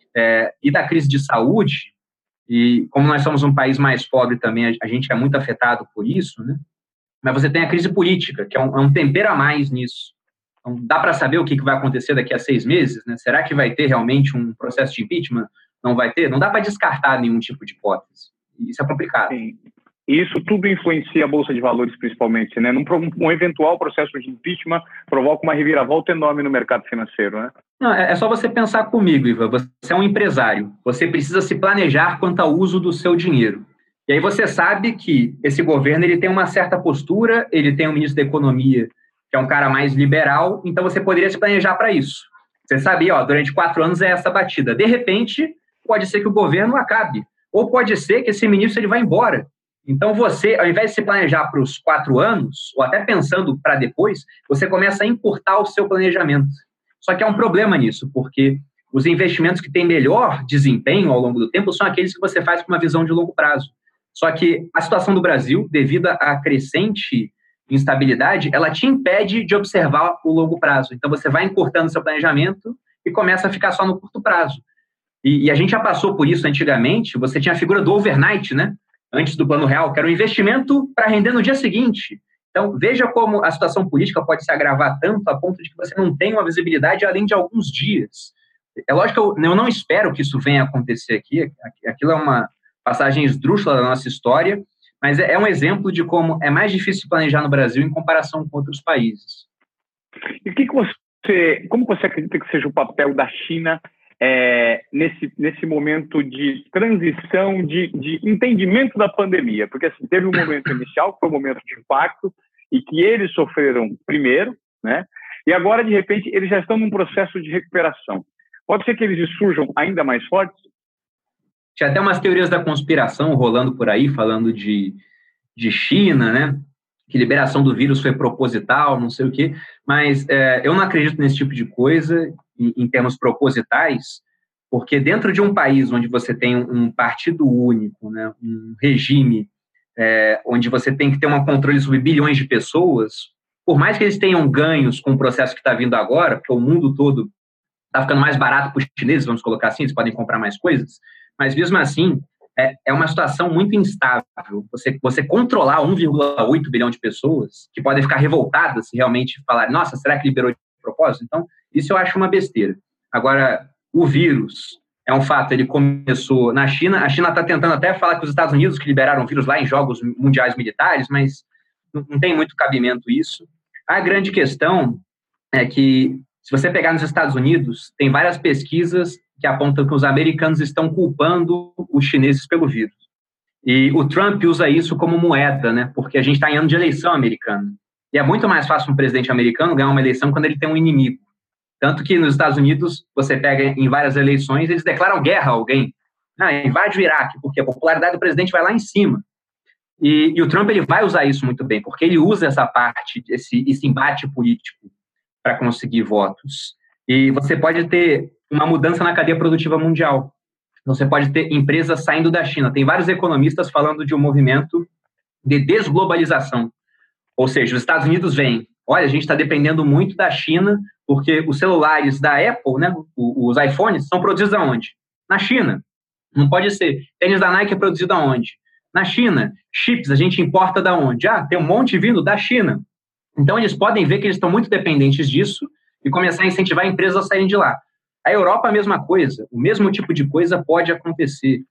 E da crise de saúde, e como nós somos um país mais pobre também, a gente é muito afetado por isso, né? Mas você tem a crise política, que é um tempero a mais nisso. Então, dá para saber o que vai acontecer daqui a 6 meses? Né? Será que vai ter realmente um processo de impeachment? Não vai ter? Não dá para descartar nenhum tipo de hipótese. Isso é complicado. Sim. Isso tudo influencia a Bolsa de Valores, principalmente, né? Um eventual processo de impeachment provoca uma reviravolta enorme no mercado financeiro, né? Não, é só você pensar comigo, Ivan. Você é um empresário. Você precisa se planejar quanto ao uso do seu dinheiro. E aí você sabe que esse governo ele tem uma certa postura, ele tem um ministro da Economia que é um cara mais liberal, então você poderia se planejar para isso. Você sabia, durante 4 anos é essa batida. De repente, pode ser que o governo acabe. Ou pode ser que esse ministro ele vá embora. Então você, ao invés de se planejar para os 4 anos, ou até pensando para depois, você começa a encurtar o seu planejamento. Só que há um problema nisso, porque os investimentos que têm melhor desempenho ao longo do tempo são aqueles que você faz com uma visão de longo prazo. Só que a situação do Brasil, devido à crescente instabilidade, ela te impede de observar o longo prazo. Então, você vai encurtando seu planejamento e começa a ficar só no curto prazo. E a gente já passou por isso antigamente, você tinha a figura do overnight, né? Antes do Plano Real, que era um investimento para render no dia seguinte. Então, veja como a situação política pode se agravar tanto a ponto de que você não tem uma visibilidade além de alguns dias. É lógico que eu não espero que isso venha a acontecer aqui. Aquilo é uma passagem esdrúxula da nossa história, mas é um exemplo de como é mais difícil planejar no Brasil em comparação com outros países. E como você acredita que seja o papel da China nesse momento de transição, de entendimento da pandemia? Porque assim, teve um momento inicial, que foi um momento de impacto, e que eles sofreram primeiro, né? E agora, de repente, eles já estão num processo de recuperação. Pode ser que eles surjam ainda mais fortes? Tinha até umas teorias da conspiração rolando por aí, falando de China, né? Que liberação do vírus foi proposital, não sei o quê, mas eu não acredito nesse tipo de coisa, em termos propositais, porque dentro de um país onde você tem um partido único, né, um regime onde você tem que ter um controle sobre bilhões de pessoas, por mais que eles tenham ganhos com o processo que está vindo agora, porque o mundo todo está ficando mais barato para os chineses, vamos colocar assim, eles podem comprar mais coisas, mas mesmo assim, é uma situação muito instável. Você controlar 1,8 bilhão de pessoas que podem ficar revoltadas se realmente falar, nossa, será que liberou de propósito? Então, isso eu acho uma besteira. Agora, o vírus é um fato, ele começou na China, a China está tentando até falar que os Estados Unidos que liberaram o vírus lá em Jogos Mundiais Militares, mas não tem muito cabimento isso. A grande questão é que, se você pegar nos Estados Unidos, tem várias pesquisas que apontam que os americanos estão culpando os chineses pelo vírus. E o Trump usa isso como moeda, né? Porque a gente está em ano de eleição americana. E é muito mais fácil um presidente americano ganhar uma eleição quando ele tem um inimigo. Tanto que nos Estados Unidos, você pega em várias eleições, eles declaram guerra a alguém. Invade o Iraque, porque a popularidade do presidente vai lá em cima. E o Trump ele vai usar isso muito bem, porque ele usa essa parte, esse embate político para conseguir votos. E você pode ter uma mudança na cadeia produtiva mundial. Você pode ter empresas saindo da China. Tem vários economistas falando de um movimento de desglobalização. Ou seja, os Estados Unidos veem, olha, a gente está dependendo muito da China, porque os celulares da Apple, né, os iPhones, são produzidos aonde? Na China. Não pode ser. Tênis da Nike é produzido aonde? Na China. Chips a gente importa da onde? Tem um monte vindo da China. Então, eles podem ver que eles estão muito dependentes disso e começar a incentivar empresas a saírem de lá. A Europa, a mesma coisa. O mesmo tipo de coisa pode acontecer.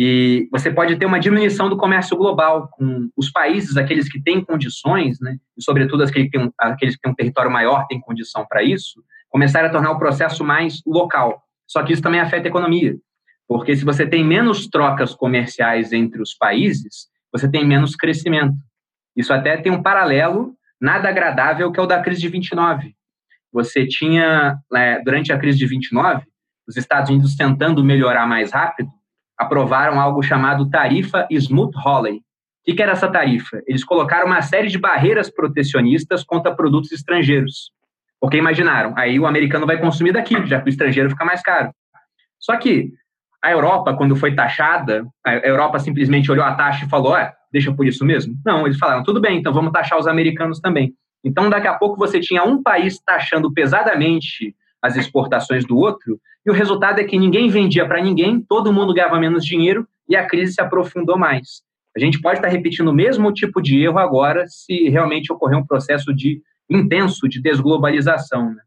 E você pode ter uma diminuição do comércio global com os países, aqueles que têm condições, né, e sobretudo aqueles que têm um território maior, têm condição para isso, começarem a tornar o processo mais local. Só que isso também afeta a economia. Porque se você tem menos trocas comerciais entre os países, você tem menos crescimento. Isso até tem um paralelo nada agradável, que é o da crise de 29. Você tinha, durante a crise de 29, os Estados Unidos tentando melhorar mais rápido, aprovaram algo chamado tarifa Smoot-Hawley. O que era essa tarifa? Eles colocaram uma série de barreiras protecionistas contra produtos estrangeiros. Porque imaginaram, aí o americano vai consumir daqui, já que o estrangeiro fica mais caro. Só que a Europa, quando foi taxada, a Europa simplesmente olhou a taxa e falou, deixa por isso mesmo? Não, eles falaram, tudo bem, então vamos taxar os americanos também. Então, daqui a pouco, você tinha um país taxando pesadamente as exportações do outro, e o resultado é que ninguém vendia para ninguém, todo mundo ganhava menos dinheiro e a crise se aprofundou mais. A gente pode estar repetindo o mesmo tipo de erro agora se realmente ocorrer um processo intenso de desglobalização, né?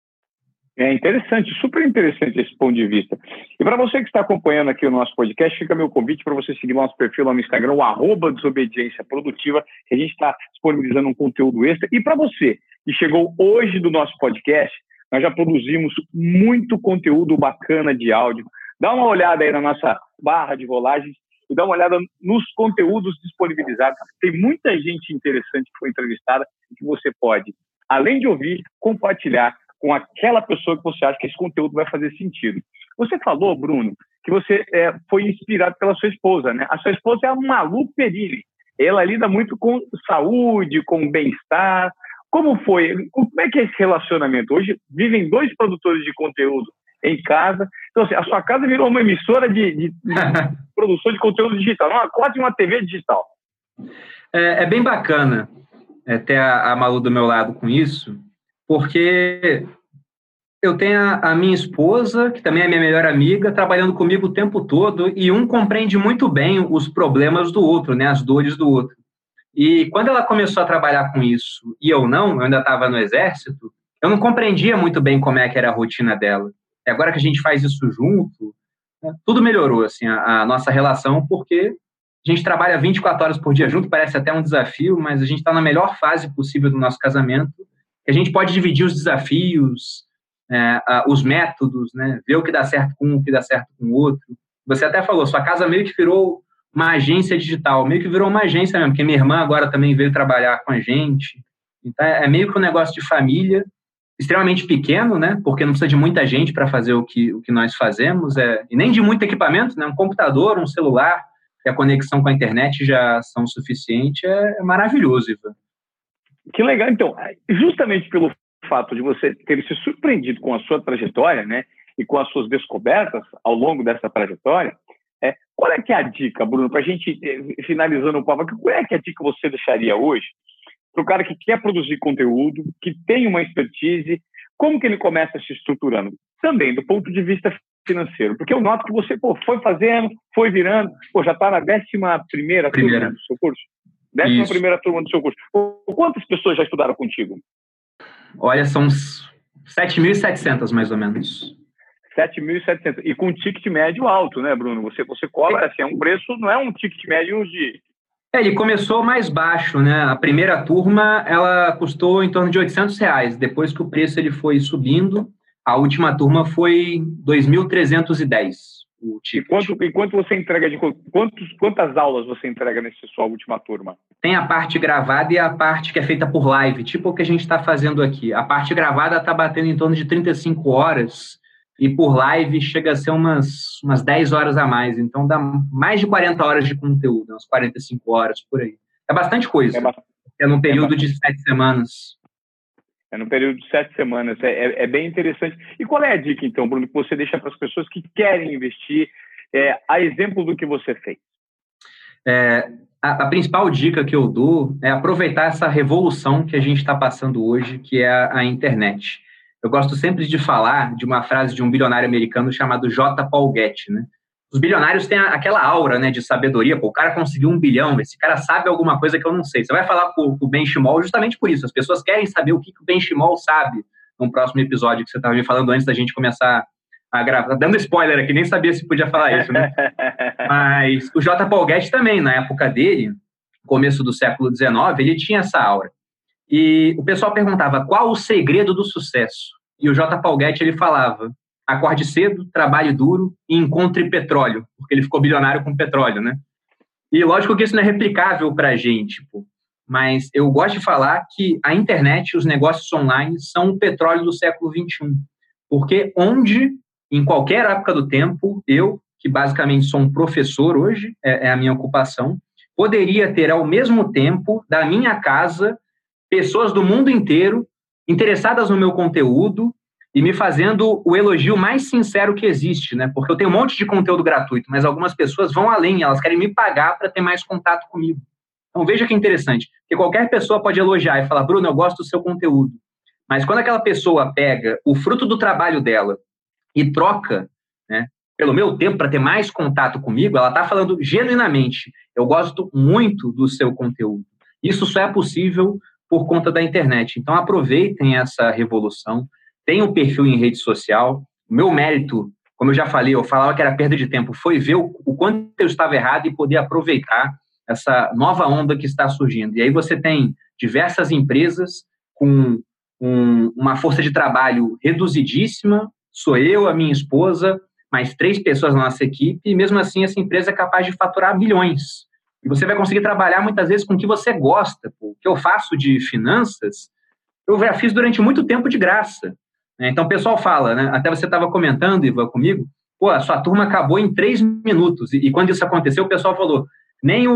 É interessante, super interessante esse ponto de vista. E para você que está acompanhando aqui o nosso podcast, fica meu convite para você seguir nosso perfil lá no Instagram, o @desobediência produtiva, que a gente está disponibilizando um conteúdo extra. E para você que chegou hoje do nosso podcast, nós já produzimos muito conteúdo bacana de áudio. Dá uma olhada aí na nossa barra de rolagens e dá uma olhada nos conteúdos disponibilizados. Tem muita gente interessante que foi entrevistada e que você pode, além de ouvir, compartilhar com aquela pessoa que você acha que esse conteúdo vai fazer sentido. Você falou, Bruno, que você foi inspirado pela sua esposa, né? A sua esposa é a Malu Perilli. Ela lida muito com saúde, com bem-estar. Como é que é esse relacionamento? Hoje vivem 2 produtores de conteúdo em casa. Então, assim, a sua casa virou uma emissora de produção de conteúdo digital, quase uma TV digital. É bem bacana ter a Malu do meu lado com isso, porque eu tenho a minha esposa, que também é minha melhor amiga, trabalhando comigo o tempo todo, e um compreende muito bem os problemas do outro, né, as dores do outro. E quando ela começou a trabalhar com isso, e eu ainda estava no exército, eu não compreendia muito bem como é que era a rotina dela. E agora que a gente faz isso junto, né, tudo melhorou, assim, a nossa relação, porque a gente trabalha 24 horas por dia junto, parece até um desafio, mas a gente está na melhor fase possível do nosso casamento, que a gente pode dividir os desafios, os métodos, né, ver o que dá certo com um, o que dá certo com o outro. Você até falou, sua casa meio que virou uma agência digital, meio que virou uma agência mesmo, porque minha irmã agora também veio trabalhar com a gente. Então, é meio que um negócio de família, extremamente pequeno, né, porque não precisa de muita gente para fazer o que nós fazemos, e nem de muito equipamento, né, um computador, um celular, e a conexão com a internet já são suficiente, é maravilhoso, Ivan. Que legal. Então, justamente pelo fato de você ter se surpreendido com a sua trajetória, né, e com as suas descobertas ao longo dessa trajetória, qual é que é a dica, Bruno, para a gente, finalizando o papo, qual é que é a dica que você deixaria hoje para o cara que quer produzir conteúdo, que tem uma expertise, como que ele começa se estruturando? Também do ponto de vista financeiro, porque eu noto que você foi fazendo, foi virando, já está na 11ª turma do seu curso. 11ª turma do seu curso. Quantas pessoas já estudaram contigo? Olha, são 7.700, mais ou menos. 7.700. E com ticket médio alto, né, Bruno? Você cobra, assim, é um preço, não é um ticket médio de Ele começou mais baixo, né? A primeira turma, ela custou em torno de R$ 800. Depois que o preço ele foi subindo, a última turma foi 2.310, o E ticket. quanto você entrega quantas aulas você entrega nessa sua última turma? Tem a parte gravada e a parte que é feita por live, tipo o que a gente está fazendo aqui. A parte gravada está batendo em torno de 35 horas e por live chega a ser umas 10 horas a mais. Então dá mais de 40 horas de conteúdo, umas 45 horas por aí. É bastante É, coisa. É num período de 7 semanas. É no período de 7 semanas. É bem interessante. E qual é a dica, então, Bruno, que você deixa para as pessoas que querem investir, a exemplo do que você fez? A principal dica que eu dou é aproveitar essa revolução que a gente está passando hoje, que é a internet. Eu gosto sempre de falar de uma frase de um bilionário americano chamado J. Paul Getty, né? Os bilionários têm aquela aura, né, de sabedoria. Pô, o cara conseguiu 1 bilhão, esse cara sabe alguma coisa que eu não sei. Você vai falar com o Benchimol justamente por isso. As pessoas querem saber o que o Benchimol sabe no próximo episódio que você estava me falando antes da gente começar a gravar. Dando spoiler aqui, nem sabia se podia falar isso, né? Mas o J. Paul Getty também, na época dele, começo do século XIX, ele tinha essa aura. E o pessoal perguntava qual o segredo do sucesso. E o J. Paul Getty, ele falava: acorde cedo, trabalhe duro e encontre petróleo, porque ele ficou bilionário com petróleo, né? E lógico que isso não é replicável para a gente, pô. Mas eu gosto de falar que a internet e os negócios online são o petróleo do século XXI. Porque em qualquer época do tempo, eu, que basicamente sou um professor hoje, é a minha ocupação, poderia ter ao mesmo tempo, da minha casa, pessoas do mundo inteiro interessadas no meu conteúdo e me fazendo o elogio mais sincero que existe, né? Porque eu tenho um monte de conteúdo gratuito, mas algumas pessoas vão além, elas querem me pagar para ter mais contato comigo. Então veja que interessante, que qualquer pessoa pode elogiar e falar: Bruno, eu gosto do seu conteúdo. Mas quando aquela pessoa pega o fruto do trabalho dela e troca, né, pelo meu tempo para ter mais contato comigo, ela está falando genuinamente: eu gosto muito do seu conteúdo. Isso só é possível por conta da internet. Então aproveitem essa revolução, tenham um perfil em rede social. O meu mérito, como eu já falei, eu falava que era perda de tempo, foi ver o quanto eu estava errado e poder aproveitar essa nova onda que está surgindo. E aí você tem diversas empresas com uma força de trabalho reduzidíssima, sou eu, a minha esposa, mais 3 pessoas na nossa equipe, e mesmo assim essa empresa é capaz de faturar bilhões. E você vai conseguir trabalhar muitas vezes com o que você gosta. O que eu faço de finanças, eu já fiz durante muito tempo de graça. Então o pessoal fala, né? Até você estava comentando, Ivan, comigo, pô, a sua turma acabou em 3 minutos. E quando isso aconteceu, o pessoal falou: nem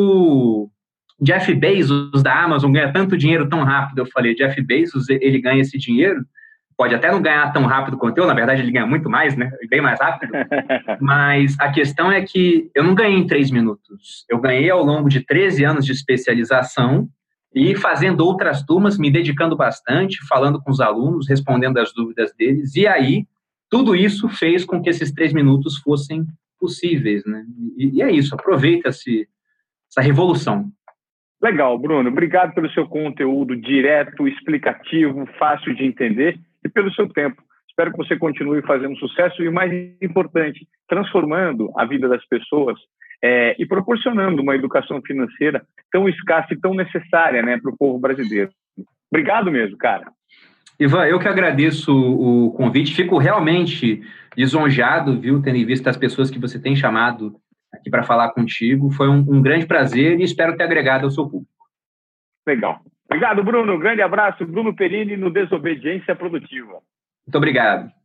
o Jeff Bezos da Amazon ganha tanto dinheiro tão rápido. Eu falei: Jeff Bezos, ele ganha esse dinheiro, pode até não ganhar tão rápido quanto eu, na verdade ele ganha muito mais, né? Bem mais rápido. Mas a questão é que eu não ganhei em 3 minutos. Eu ganhei ao longo de 13 anos de especialização e fazendo outras turmas, me dedicando bastante, falando com os alunos, respondendo as dúvidas deles. E aí, tudo isso fez com que esses 3 minutos fossem possíveis, né? E é isso, aproveita-se essa revolução. Legal, Bruno. Obrigado pelo seu conteúdo direto, explicativo, fácil de entender e pelo seu tempo. Espero que você continue fazendo sucesso e, o mais importante, transformando a vida das pessoas e proporcionando uma educação financeira tão escassa e tão necessária, né, para o povo brasileiro. Obrigado mesmo, cara. Ivan, eu que agradeço o convite. Fico realmente lisonjeado, viu, tendo em vista as pessoas que você tem chamado aqui para falar contigo. Foi um grande prazer e espero ter agregado ao seu público. Legal. Obrigado, Bruno. Um grande abraço. Bruno Perini no Desobediência Produtiva. Muito obrigado.